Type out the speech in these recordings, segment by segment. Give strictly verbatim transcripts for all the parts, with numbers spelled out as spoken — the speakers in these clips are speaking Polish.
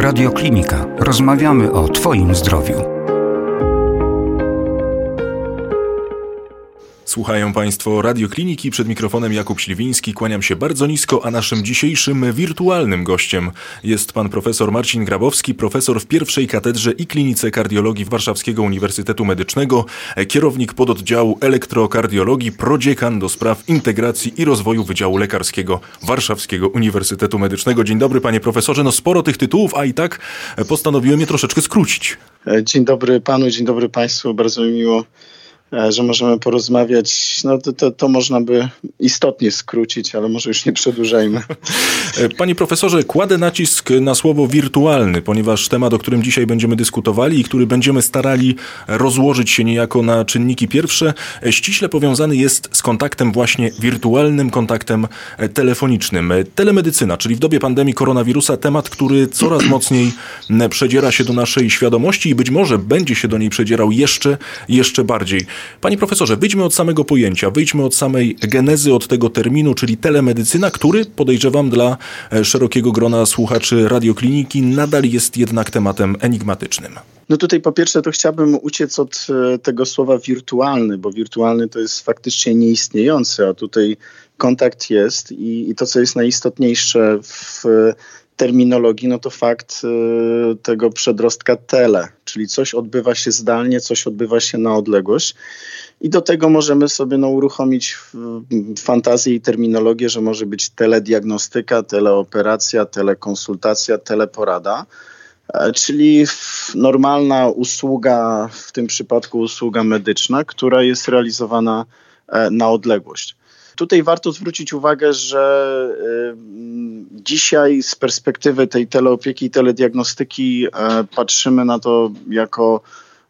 Radio Klinika. Rozmawiamy o Twoim zdrowiu. Słuchają Państwo Radiokliniki, przed mikrofonem Jakub Śliwiński. Kłaniam się bardzo nisko, a naszym dzisiejszym wirtualnym gościem jest pan profesor Marcin Grabowski, profesor w pierwszej katedrze i klinice kardiologii Warszawskiego Uniwersytetu Medycznego, kierownik pododdziału elektrokardiologii, prodziekan do spraw integracji i rozwoju Wydziału Lekarskiego Warszawskiego Uniwersytetu Medycznego. Dzień dobry, panie profesorze. No sporo tych tytułów, a i tak postanowiłem je troszeczkę skrócić. Dzień dobry panu, dzień dobry państwu. Bardzo mi miło, że możemy porozmawiać. No to, to, to można by istotnie skrócić, ale może już nie przedłużajmy. Panie profesorze, kładę nacisk na słowo wirtualny, ponieważ temat, o którym dzisiaj będziemy dyskutowali i który będziemy starali rozłożyć się niejako na czynniki pierwsze, ściśle powiązany jest z kontaktem właśnie wirtualnym, kontaktem telefonicznym. Telemedycyna, czyli w dobie pandemii koronawirusa temat, który coraz mocniej przedziera się do naszej świadomości i być może będzie się do niej przedzierał jeszcze, jeszcze bardziej. Panie profesorze, wyjdźmy od samego pojęcia, wyjdźmy od samej genezy, od tego terminu, czyli telemedycyna, który, podejrzewam, dla szerokiego grona słuchaczy Radiokliniki nadal jest jednak tematem enigmatycznym. No tutaj po pierwsze to chciałbym uciec od tego słowa wirtualny, bo wirtualny to jest faktycznie nieistniejący, a tutaj kontakt jest i, i to, co jest najistotniejsze w terminologii, no to fakt y, tego przedrostka tele, czyli coś odbywa się zdalnie, coś odbywa się na odległość i do tego możemy sobie no, uruchomić w, w fantazję i terminologię, że może być telediagnostyka, teleoperacja, telekonsultacja, teleporada, e, czyli normalna usługa, w tym przypadku usługa medyczna, która jest realizowana e, na odległość. Tutaj warto zwrócić uwagę, że y, dzisiaj z perspektywy tej teleopieki i telediagnostyki y, patrzymy na to jako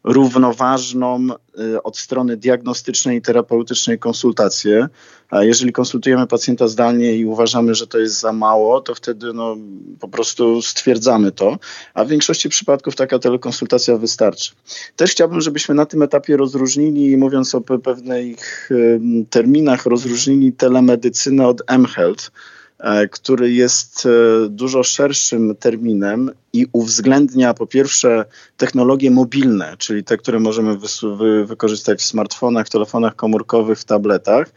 równoważną y, od strony diagnostycznej i terapeutycznej konsultację. A jeżeli konsultujemy pacjenta zdalnie i uważamy, że to jest za mało, to wtedy no, po prostu stwierdzamy to, a w większości przypadków taka telekonsultacja wystarczy. Też chciałbym, żebyśmy na tym etapie rozróżnili, mówiąc o pe- pewnych y, terminach, rozróżnili telemedycynę od mHealth, który jest dużo szerszym terminem i uwzględnia po pierwsze technologie mobilne, czyli te, które możemy wy- wy- wykorzystać w smartfonach, telefonach komórkowych, w tabletach,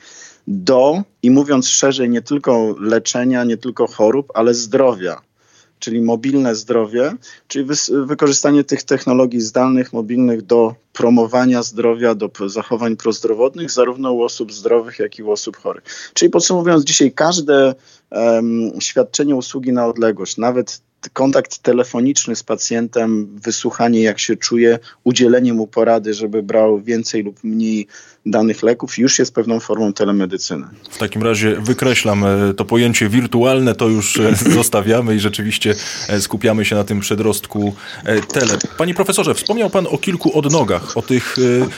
do, i mówiąc szerzej, nie tylko leczenia, nie tylko chorób, ale zdrowia. Czyli mobilne zdrowie, czyli wy- wykorzystanie tych technologii zdalnych, mobilnych do promowania zdrowia, do zachowań prozdrowotnych, zarówno u osób zdrowych, jak i u osób chorych. Czyli podsumowując, dzisiaj każde um, świadczenie usługi na odległość, nawet kontakt telefoniczny z pacjentem, wysłuchanie jak się czuje, udzielenie mu porady, żeby brał więcej lub mniej danych leków, już jest pewną formą telemedycyny. W takim razie wykreślam to pojęcie wirtualne, to już zostawiamy i rzeczywiście skupiamy się na tym przedrostku tele. Panie profesorze, wspomniał pan o kilku odnogach, o tych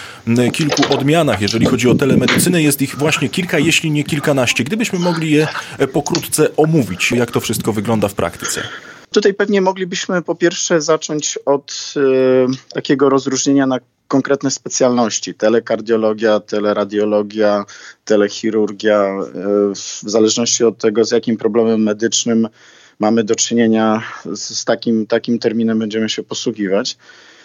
kilku odmianach, jeżeli chodzi o telemedycynę. Jest ich właśnie kilka, jeśli nie kilkanaście. Gdybyśmy mogli je pokrótce omówić, jak to wszystko wygląda w praktyce. Tutaj pewnie moglibyśmy po pierwsze zacząć od y, takiego rozróżnienia na konkretne specjalności. Telekardiologia, teleradiologia, telechirurgia. Y, w zależności od tego, z jakim problemem medycznym mamy do czynienia, z, z takim, takim terminem będziemy się posługiwać.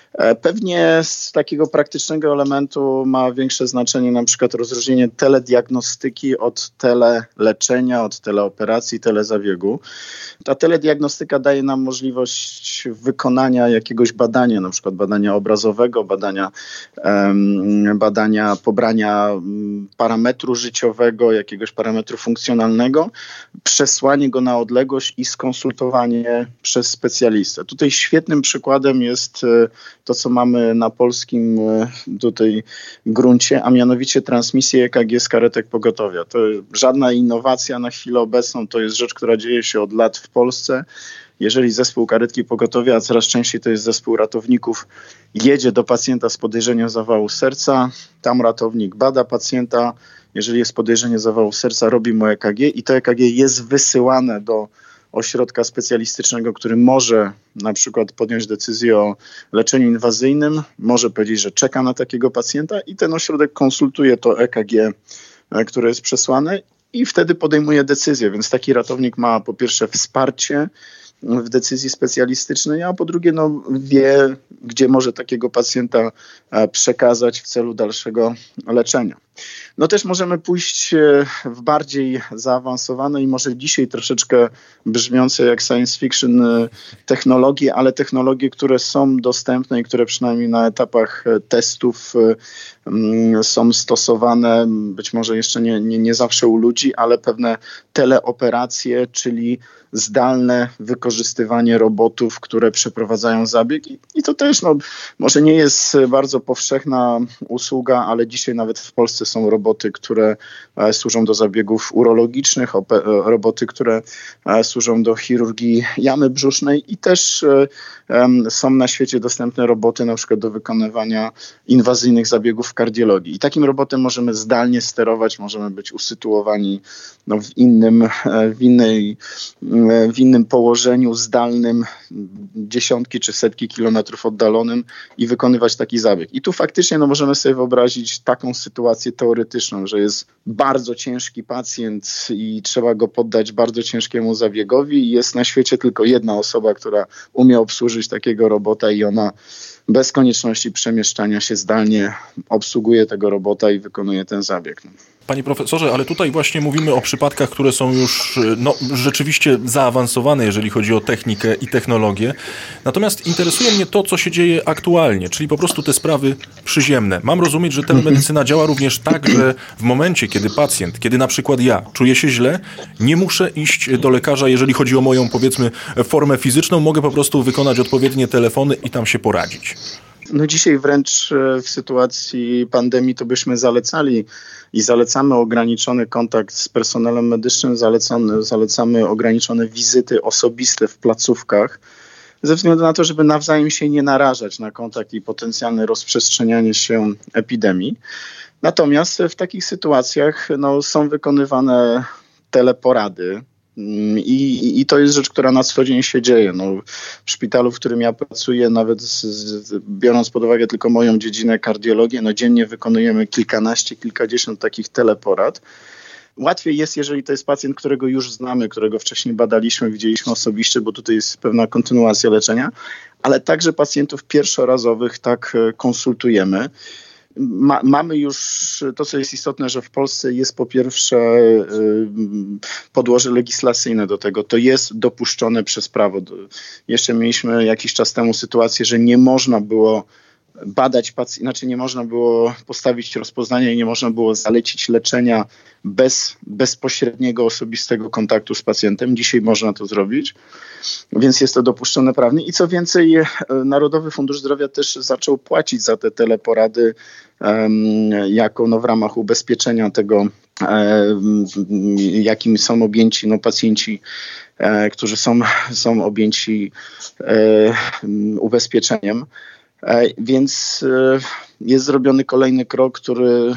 Pewnie z takiego praktycznego elementu ma większe znaczenie na przykład rozróżnienie telediagnostyki od teleleczenia, od teleoperacji, telezabiegu. Ta telediagnostyka daje nam możliwość wykonania jakiegoś badania, na przykład badania obrazowego, badania, um, badania pobrania parametru życiowego, jakiegoś parametru funkcjonalnego, przesłanie go na odległość i skonsultowanie przez specjalistę. Tutaj świetnym przykładem jest to, co mamy na polskim tutaj gruncie, a mianowicie transmisję E K G z karetek pogotowia. To żadna innowacja na chwilę obecną, to jest rzecz, która dzieje się od lat w Polsce. Jeżeli zespół karetki pogotowia, a coraz częściej to jest zespół ratowników, jedzie do pacjenta z podejrzeniem zawału serca, tam ratownik bada pacjenta, jeżeli jest podejrzenie zawału serca, robi mu E K G i to E K G jest wysyłane do ośrodka specjalistycznego, który może na przykład podjąć decyzję o leczeniu inwazyjnym, może powiedzieć, że czeka na takiego pacjenta i ten ośrodek konsultuje to E K G, które jest przesłane i wtedy podejmuje decyzję. Więc taki ratownik ma po pierwsze wsparcie w decyzji specjalistycznej, a po drugie no, wie, gdzie może takiego pacjenta przekazać w celu dalszego leczenia. No też możemy pójść w bardziej zaawansowane i może dzisiaj troszeczkę brzmiące jak science fiction technologie, ale technologie, które są dostępne i które przynajmniej na etapach testów są stosowane, być może jeszcze nie, nie, nie zawsze u ludzi, ale pewne teleoperacje, czyli zdalne wykorzystywanie robotów, które przeprowadzają zabieg. I, i to też no, może nie jest bardzo powszechna usługa, ale dzisiaj nawet w Polsce są roboty, które e, służą do zabiegów urologicznych, ope, roboty, które e, służą do chirurgii jamy brzusznej i też e, e, są na świecie dostępne roboty na przykład do wykonywania inwazyjnych zabiegów w kardiologii. I takim robotem możemy zdalnie sterować, możemy być usytuowani no, w innym, e, w innej w innym położeniu zdalnym, dziesiątki czy setki kilometrów oddalonym i wykonywać taki zabieg. I tu faktycznie no, możemy sobie wyobrazić taką sytuację teoretyczną, że jest bardzo ciężki pacjent i trzeba go poddać bardzo ciężkiemu zabiegowi i jest na świecie tylko jedna osoba, która umie obsłużyć takiego robota i ona bez konieczności przemieszczania się zdalnie obsługuje tego robota i wykonuje ten zabieg. Panie profesorze, ale tutaj właśnie mówimy o przypadkach, które są już no, rzeczywiście zaawansowane, jeżeli chodzi o technikę i technologię. Natomiast interesuje mnie to, co się dzieje aktualnie, czyli po prostu te sprawy przyziemne. Mam rozumieć, że telemedycyna działa również tak, że w momencie, kiedy pacjent, kiedy na przykład ja czuję się źle, nie muszę iść do lekarza, jeżeli chodzi o moją, powiedzmy, formę fizyczną, mogę po prostu wykonać odpowiednie telefony i tam się poradzić. No dzisiaj wręcz w sytuacji pandemii to byśmy zalecali i zalecamy ograniczony kontakt z personelem medycznym, zalecamy, zalecamy ograniczone wizyty osobiste w placówkach, ze względu na to, żeby nawzajem się nie narażać na kontakt i potencjalne rozprzestrzenianie się epidemii. Natomiast w takich sytuacjach no, są wykonywane teleporady. I, I to jest rzecz, która na co dzień się dzieje. No, w szpitalu, w którym ja pracuję, nawet z, z, biorąc pod uwagę tylko moją dziedzinę kardiologię, no dziennie wykonujemy kilkanaście, kilkadziesiąt takich teleporad. Łatwiej jest, jeżeli to jest pacjent, którego już znamy, którego wcześniej badaliśmy, widzieliśmy osobiście, bo tutaj jest pewna kontynuacja leczenia, ale także pacjentów pierwszorazowych tak konsultujemy. Ma, mamy już to, co jest istotne, że w Polsce jest po pierwsze y, podłoże legislacyjne do tego. To jest dopuszczone przez prawo. Jeszcze mieliśmy jakiś czas temu sytuację, że nie można było badać pacjenta, znaczy nie można było postawić rozpoznania i nie można było zalecić leczenia bez bezpośredniego, osobistego kontaktu z pacjentem. Dzisiaj można to zrobić, więc jest to dopuszczone prawnie. I co więcej, Narodowy Fundusz Zdrowia też zaczął płacić za te teleporady um, jako no, w ramach ubezpieczenia tego, um, jakim są objęci no, pacjenci, e, którzy są, są objęci e, ubezpieczeniem. Więc jest zrobiony kolejny krok, który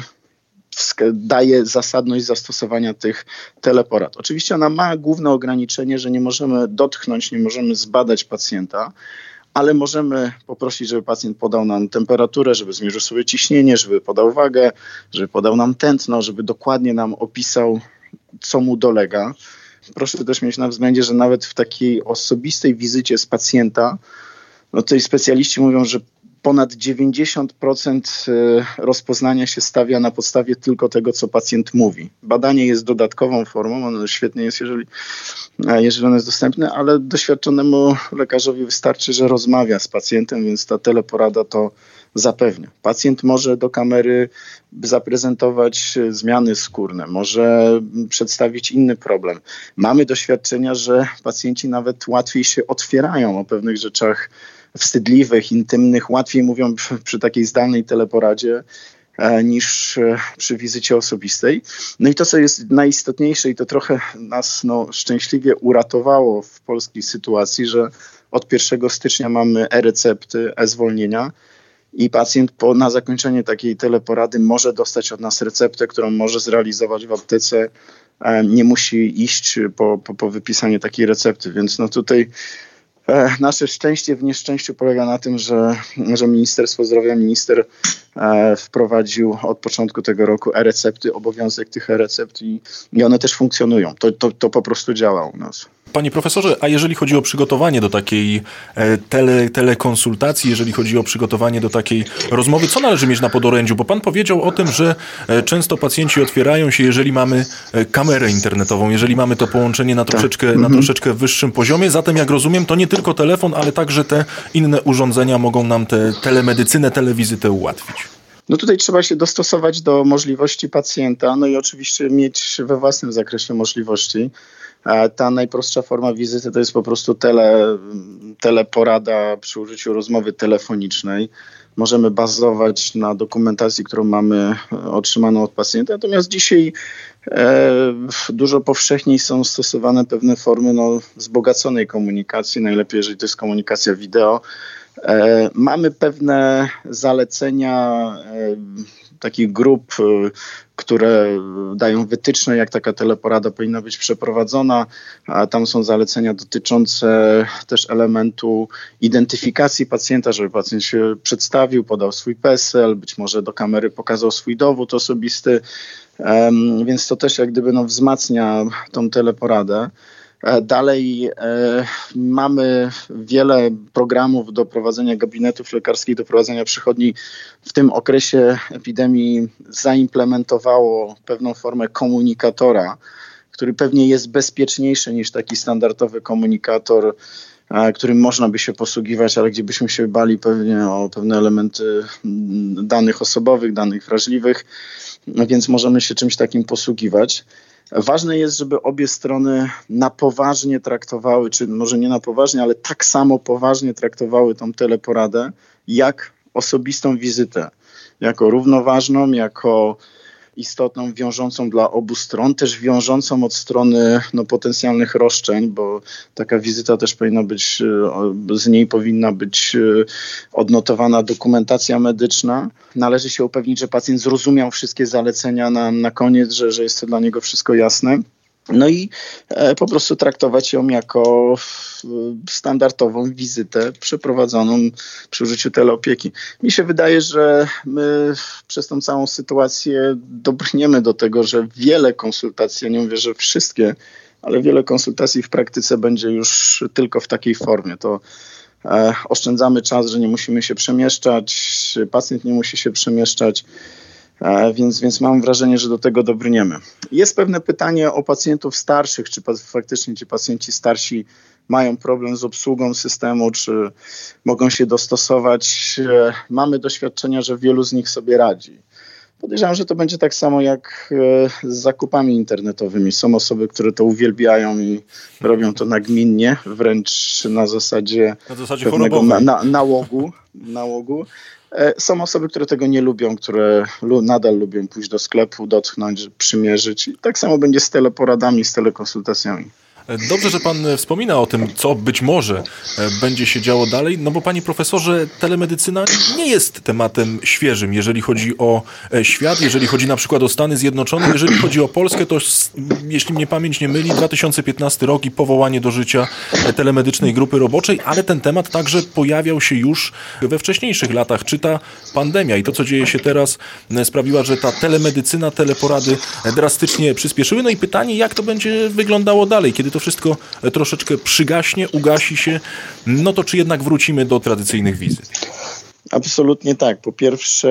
daje zasadność zastosowania tych teleporad. Oczywiście ona ma główne ograniczenie, że nie możemy dotknąć, nie możemy zbadać pacjenta, ale możemy poprosić, żeby pacjent podał nam temperaturę, żeby zmierzył sobie ciśnienie, żeby podał wagę, żeby podał nam tętno, żeby dokładnie nam opisał, co mu dolega. Proszę też mieć na względzie, że nawet w takiej osobistej wizycie z pacjenta, no tutaj specjaliści mówią, że ponad dziewięćdziesiąt procent rozpoznania się stawia na podstawie tylko tego, co pacjent mówi. Badanie jest dodatkową formą, ono świetnie jest, jeżeli, jeżeli ono jest dostępne, ale doświadczonemu lekarzowi wystarczy, że rozmawia z pacjentem, więc ta teleporada to zapewnia. Pacjent może do kamery zaprezentować zmiany skórne, może przedstawić inny problem. Mamy doświadczenia, że pacjenci nawet łatwiej się otwierają o pewnych rzeczach wstydliwych, intymnych, łatwiej mówią przy takiej zdalnej teleporadzie e, niż e, przy wizycie osobistej. No i to, co jest najistotniejsze i to trochę nas no, szczęśliwie uratowało w polskiej sytuacji, że od pierwszego stycznia mamy e-recepty, e-zwolnienia i pacjent po, na zakończenie takiej teleporady może dostać od nas receptę, którą może zrealizować w aptece. E, nie musi iść po, po, po wypisanie takiej recepty, więc no tutaj Nasze szczęście w nieszczęściu polega na tym, że, że Ministerstwo Zdrowia, minister wprowadził od początku tego roku e-recepty, obowiązek tych e-recept i, i one też funkcjonują. To, to, to po prostu działa u nas. Panie profesorze, a jeżeli chodzi o przygotowanie do takiej tele, telekonsultacji, jeżeli chodzi o przygotowanie do takiej rozmowy, co należy mieć na podorędziu? Bo pan powiedział o tym, że często pacjenci otwierają się, jeżeli mamy kamerę internetową, jeżeli mamy to połączenie na troszeczkę, tak. na mhm. troszeczkę wyższym poziomie. Zatem, jak rozumiem, to nie tylko telefon, ale także te inne urządzenia mogą nam tę telemedycynę, telewizytę ułatwić. No tutaj trzeba się dostosować do możliwości pacjenta, no i oczywiście mieć we własnym zakresie możliwości. Ta najprostsza forma wizyty to jest po prostu tele, teleporada przy użyciu rozmowy telefonicznej. Możemy bazować na dokumentacji, którą mamy otrzymaną od pacjenta. Natomiast dzisiaj e, dużo powszechniej są stosowane pewne formy no, wzbogaconej komunikacji. Najlepiej, jeżeli to jest komunikacja wideo. E, mamy pewne zalecenia e, takich grup, e, które dają wytyczne, jak taka teleporada powinna być przeprowadzona, a tam są zalecenia dotyczące też elementu identyfikacji pacjenta, żeby pacjent się przedstawił, podał swój PESEL, być może do kamery pokazał swój dowód osobisty, um, więc to też jak gdyby no, wzmacnia tą teleporadę. Dalej e, mamy wiele programów do prowadzenia gabinetów lekarskich, do prowadzenia przychodni. W tym okresie epidemii zaimplementowało pewną formę komunikatora, który pewnie jest bezpieczniejszy niż taki standardowy komunikator, a, którym można by się posługiwać, ale gdzie byśmy się bali pewnie o pewne elementy danych osobowych, danych wrażliwych, więc możemy się czymś takim posługiwać. Ważne jest, żeby obie strony na poważnie traktowały, czy może nie na poważnie, ale tak samo poważnie traktowały tą teleporadę, jak osobistą wizytę. Jako równoważną, jako istotną, wiążącą dla obu stron, też wiążącą od strony no, potencjalnych roszczeń, bo taka wizyta też powinna być, z niej powinna być odnotowana dokumentacja medyczna. Należy się upewnić, że pacjent zrozumiał wszystkie zalecenia na, na koniec, że, że jest to dla niego wszystko jasne. No i e, po prostu traktować ją jako f, standardową wizytę przeprowadzoną przy użyciu teleopieki. Mi się wydaje, że my przez tą całą sytuację dobrniemy do tego, że wiele konsultacji, ja nie mówię, że wszystkie, ale wiele konsultacji w praktyce będzie już tylko w takiej formie. To e, oszczędzamy czas, że nie musimy się przemieszczać, pacjent nie musi się przemieszczać. Więc, więc mam wrażenie, że do tego dobrniemy. Jest pewne pytanie o pacjentów starszych, czy faktycznie ci pacjenci starsi mają problem z obsługą systemu, czy mogą się dostosować. Mamy doświadczenia, że wielu z nich sobie radzi. Podejrzewam, że to będzie tak samo jak z zakupami internetowymi. Są osoby, które to uwielbiają i robią to nagminnie, wręcz na zasadzie, na zasadzie pewnego na, na, nałogu, nałogu. Są osoby, które tego nie lubią, które nadal lubią pójść do sklepu, dotknąć, przymierzyć. I tak samo będzie z teleporadami, z telekonsultacjami. Dobrze, że pan wspomina o tym, co być może będzie się działo dalej, no bo panie profesorze, telemedycyna nie jest tematem świeżym, jeżeli chodzi o świat, jeżeli chodzi na przykład o Stany Zjednoczone, jeżeli chodzi o Polskę, to jeśli mnie pamięć nie myli, dwa tysiące piętnasty rok i powołanie do życia telemedycznej grupy roboczej, ale ten temat także pojawiał się już we wcześniejszych latach. Czy ta pandemia i to, co dzieje się teraz, sprawiła, że ta telemedycyna, teleporady drastycznie przyspieszyły? No i pytanie, jak to będzie wyglądało dalej, kiedy to wszystko troszeczkę przygaśnie, ugasi się, no to czy jednak wrócimy do tradycyjnych wizyt? Absolutnie tak. Po pierwsze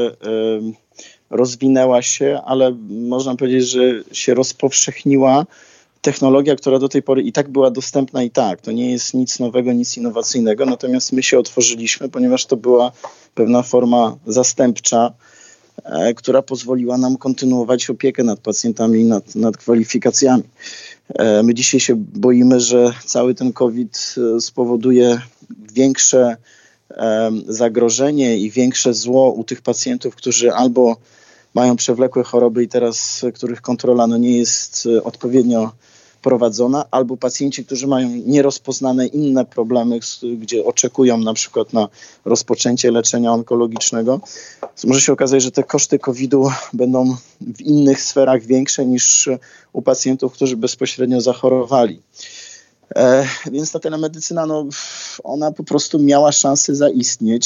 rozwinęła się, ale można powiedzieć, że się rozpowszechniła technologia, która do tej pory i tak była dostępna i tak. To nie jest nic nowego, nic innowacyjnego, natomiast my się otworzyliśmy, ponieważ to była pewna forma zastępcza, która pozwoliła nam kontynuować opiekę nad pacjentami, nad, nad kwalifikacjami. My dzisiaj się boimy, że cały ten COVID spowoduje większe zagrożenie i większe zło u tych pacjentów, którzy albo mają przewlekłe choroby i teraz których kontrola no nie jest odpowiednio prowadzona, albo pacjenci, którzy mają nierozpoznane inne problemy, gdzie oczekują na przykład na rozpoczęcie leczenia onkologicznego. Może się okazać, że te koszty kowida będą w innych sferach większe niż u pacjentów, którzy bezpośrednio zachorowali. E, więc ta telemedycyna, no, ona po prostu miała szansę zaistnieć.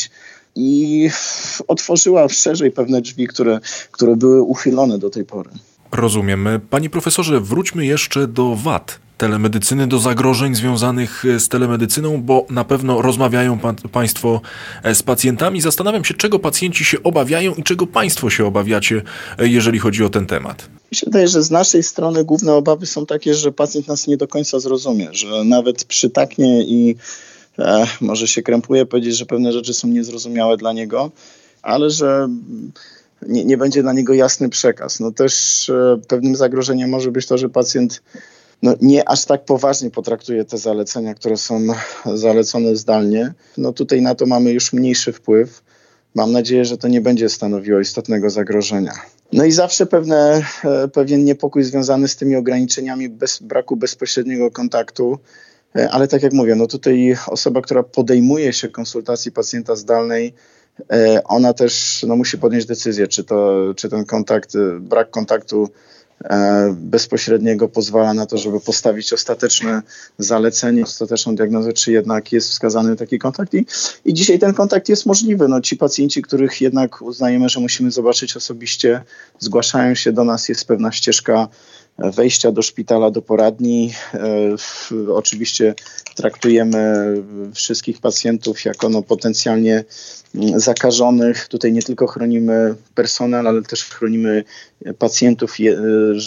i otworzyła szerzej pewne drzwi, które, które były uchylone do tej pory. Rozumiem. Panie profesorze, wróćmy jeszcze do wad telemedycyny, do zagrożeń związanych z telemedycyną, bo na pewno rozmawiają pa- Państwo z pacjentami. Zastanawiam się, czego pacjenci się obawiają i czego Państwo się obawiacie, jeżeli chodzi o ten temat. Mi się wydaje, że z naszej strony główne obawy są takie, że pacjent nas nie do końca zrozumie, że nawet przytaknie i e, może się krępuje powiedzieć, że pewne rzeczy są niezrozumiałe dla niego, ale że nie, nie będzie dla niego jasny przekaz. No też e, pewnym zagrożeniem może być to, że pacjent no, nie aż tak poważnie potraktuje te zalecenia, które są zalecone zdalnie. No tutaj na to mamy już mniejszy wpływ. Mam nadzieję, że to nie będzie stanowiło istotnego zagrożenia. No i zawsze pewne, pewien niepokój związany z tymi ograniczeniami bez, braku bezpośredniego kontaktu, ale tak jak mówię, no tutaj osoba, która podejmuje się konsultacji pacjenta zdalnej, ona też no, musi podjąć decyzję, czy, to, czy ten kontakt, brak kontaktu bezpośredniego pozwala na to, żeby postawić ostateczne zalecenie, ostateczną diagnozę, czy jednak jest wskazany taki kontakt. I, i dzisiaj ten kontakt jest możliwy. No, ci pacjenci, których jednak uznajemy, że musimy zobaczyć osobiście, zgłaszają się do nas, jest pewna ścieżka wejścia do szpitala, do poradni. E, oczywiście traktujemy wszystkich pacjentów jako no, potencjalnie zakażonych. Tutaj nie tylko chronimy personel, ale też chronimy pacjentów, je,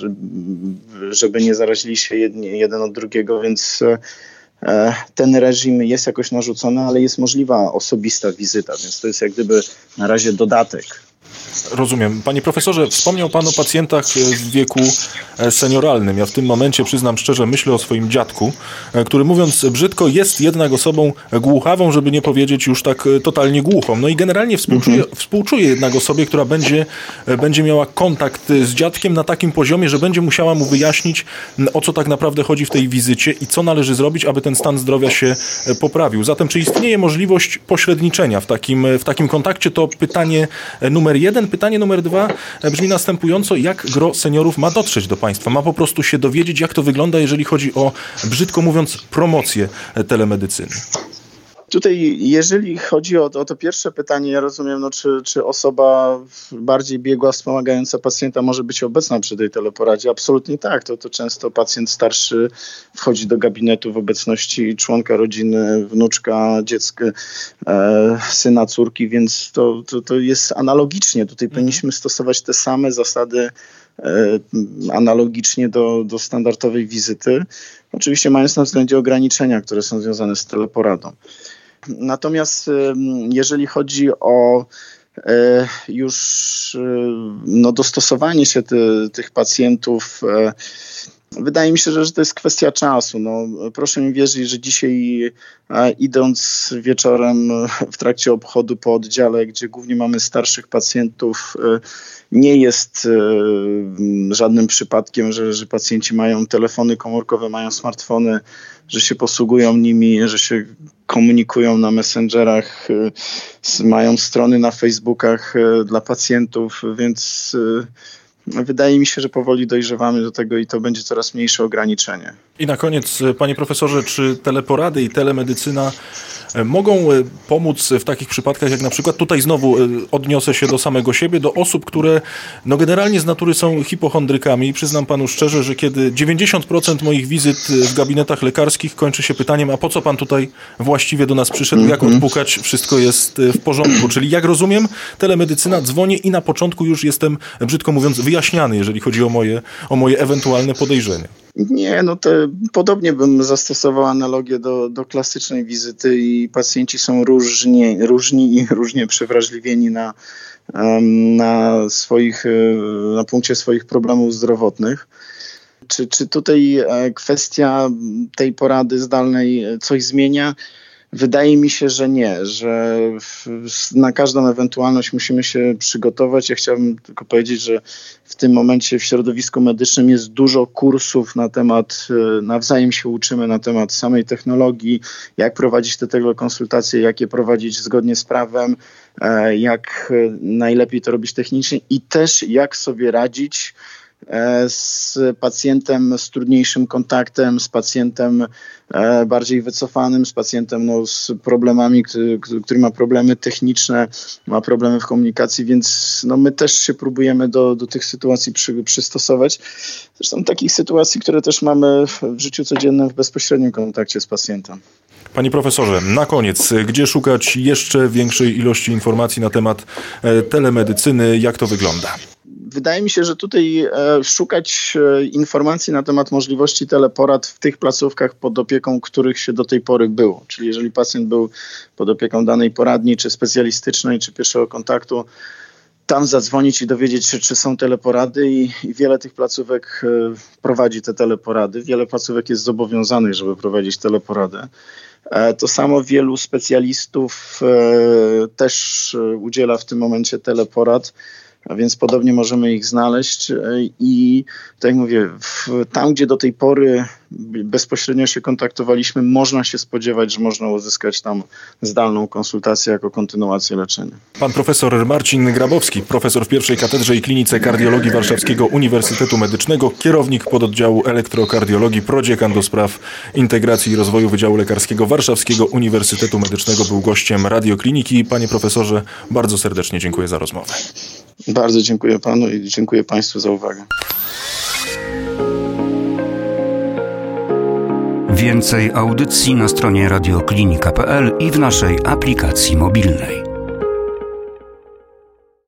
żeby nie zarazili się jedni, jeden od drugiego, więc e, ten reżim jest jakoś narzucony, ale jest możliwa osobista wizyta, więc to jest jak gdyby na razie dodatek. Rozumiem. Panie profesorze, wspomniał Pan o pacjentach w wieku senioralnym. Ja w tym momencie, przyznam szczerze, myślę o swoim dziadku, który mówiąc brzydko jest jednak osobą głuchawą, żeby nie powiedzieć już tak totalnie głuchą. No i generalnie współczuję, współczuję jednak osobie, która będzie, będzie miała kontakt z dziadkiem na takim poziomie, że będzie musiała mu wyjaśnić, o co tak naprawdę chodzi w tej wizycie i co należy zrobić, aby ten stan zdrowia się poprawił. Zatem czy istnieje możliwość pośredniczenia w takim, w takim kontakcie? To pytanie numer jeden. Pytanie numer dwa brzmi następująco. Jak gro seniorów ma dotrzeć do Państwa? Ma po prostu się dowiedzieć, jak to wygląda, jeżeli chodzi o, brzydko mówiąc, promocję telemedycyny? Tutaj, jeżeli chodzi o, o to pierwsze pytanie, ja rozumiem, no, czy, czy osoba bardziej biegła, wspomagająca pacjenta może być obecna przy tej teleporadzie? Absolutnie tak. To, to często pacjent starszy wchodzi do gabinetu w obecności członka rodziny, wnuczka, dziecka, e, syna, córki, więc to, to, to jest analogicznie. Tutaj mhm. powinniśmy stosować te same zasady e, analogicznie do, do standardowej wizyty. Oczywiście mając na względzie ograniczenia, które są związane z teleporadą. Natomiast jeżeli chodzi o już no, dostosowanie się ty, tych pacjentów, wydaje mi się, że, że to jest kwestia czasu. No, proszę mi wierzyć, że dzisiaj idąc wieczorem w trakcie obchodu po oddziale, gdzie głównie mamy starszych pacjentów, nie jest żadnym przypadkiem, że, że pacjenci mają telefony komórkowe, mają smartfony, że się posługują nimi, że się komunikują na messengerach, mają strony na Facebookach dla pacjentów, więc wydaje mi się, że powoli dojrzewamy do tego i to będzie coraz mniejsze ograniczenie. I na koniec, panie profesorze, czy teleporady i telemedycyna mogą pomóc w takich przypadkach, jak na przykład, tutaj znowu odniosę się do samego siebie, do osób, które no generalnie z natury są hipochondrykami i przyznam panu szczerze, że kiedy dziewięćdziesiąt procent moich wizyt w gabinetach lekarskich kończy się pytaniem, a po co pan tutaj właściwie do nas przyszedł, jak odpukać, wszystko jest w porządku. Czyli jak rozumiem, telemedycyna, dzwonię i na początku już jestem, brzydko mówiąc, wyjaśniany, jeżeli chodzi o moje, o moje ewentualne podejrzenia. Nie, no to podobnie bym zastosował analogię do, do klasycznej wizyty i pacjenci są różni, różni i różnie przewrażliwieni na, na, swoich, na punkcie swoich problemów zdrowotnych. Czy, czy tutaj kwestia tej porady zdalnej coś zmienia? Wydaje mi się, że nie, że na każdą ewentualność musimy się przygotować. Ja chciałbym tylko powiedzieć, że w tym momencie w środowisku medycznym jest dużo kursów na temat, nawzajem się uczymy na temat samej technologii, jak prowadzić te telekonsultacje, jak je prowadzić zgodnie z prawem, jak najlepiej to robić technicznie i też jak sobie radzić z pacjentem z trudniejszym kontaktem, z pacjentem bardziej wycofanym, z pacjentem no, z problemami, który, który ma problemy techniczne, ma problemy w komunikacji, więc no, my też się próbujemy do, do tych sytuacji przy, przystosować. Zresztą takich sytuacji, które też mamy w życiu codziennym w bezpośrednim kontakcie z pacjentem. Panie profesorze, na koniec, gdzie szukać jeszcze większej ilości informacji na temat telemedycyny? Jak to wygląda? Wydaje mi się, że tutaj szukać informacji na temat możliwości teleporad w tych placówkach, pod opieką których się do tej pory było. Czyli jeżeli pacjent był pod opieką danej poradni, czy specjalistycznej, czy pierwszego kontaktu, tam zadzwonić i dowiedzieć się, czy są teleporady i, i wiele tych placówek prowadzi te teleporady. Wiele placówek jest zobowiązanych, żeby prowadzić teleporadę. To samo wielu specjalistów też udziela w tym momencie teleporad, a więc podobnie możemy ich znaleźć i tak jak mówię, w, tam gdzie do tej pory bezpośrednio się kontaktowaliśmy, można się spodziewać, że można uzyskać tam zdalną konsultację jako kontynuację leczenia. Pan profesor Marcin Grabowski, profesor w pierwszej katedrze i klinice kardiologii Warszawskiego Uniwersytetu Medycznego, kierownik pododdziału elektrokardiologii, prodziekan do spraw integracji i rozwoju Wydziału Lekarskiego Warszawskiego Uniwersytetu Medycznego, był gościem Radiokliniki. Panie profesorze, bardzo serdecznie dziękuję za rozmowę. Bardzo dziękuję panu i dziękuję państwu za uwagę. Więcej audycji na stronie radioklinika kropka p l i w naszej aplikacji mobilnej.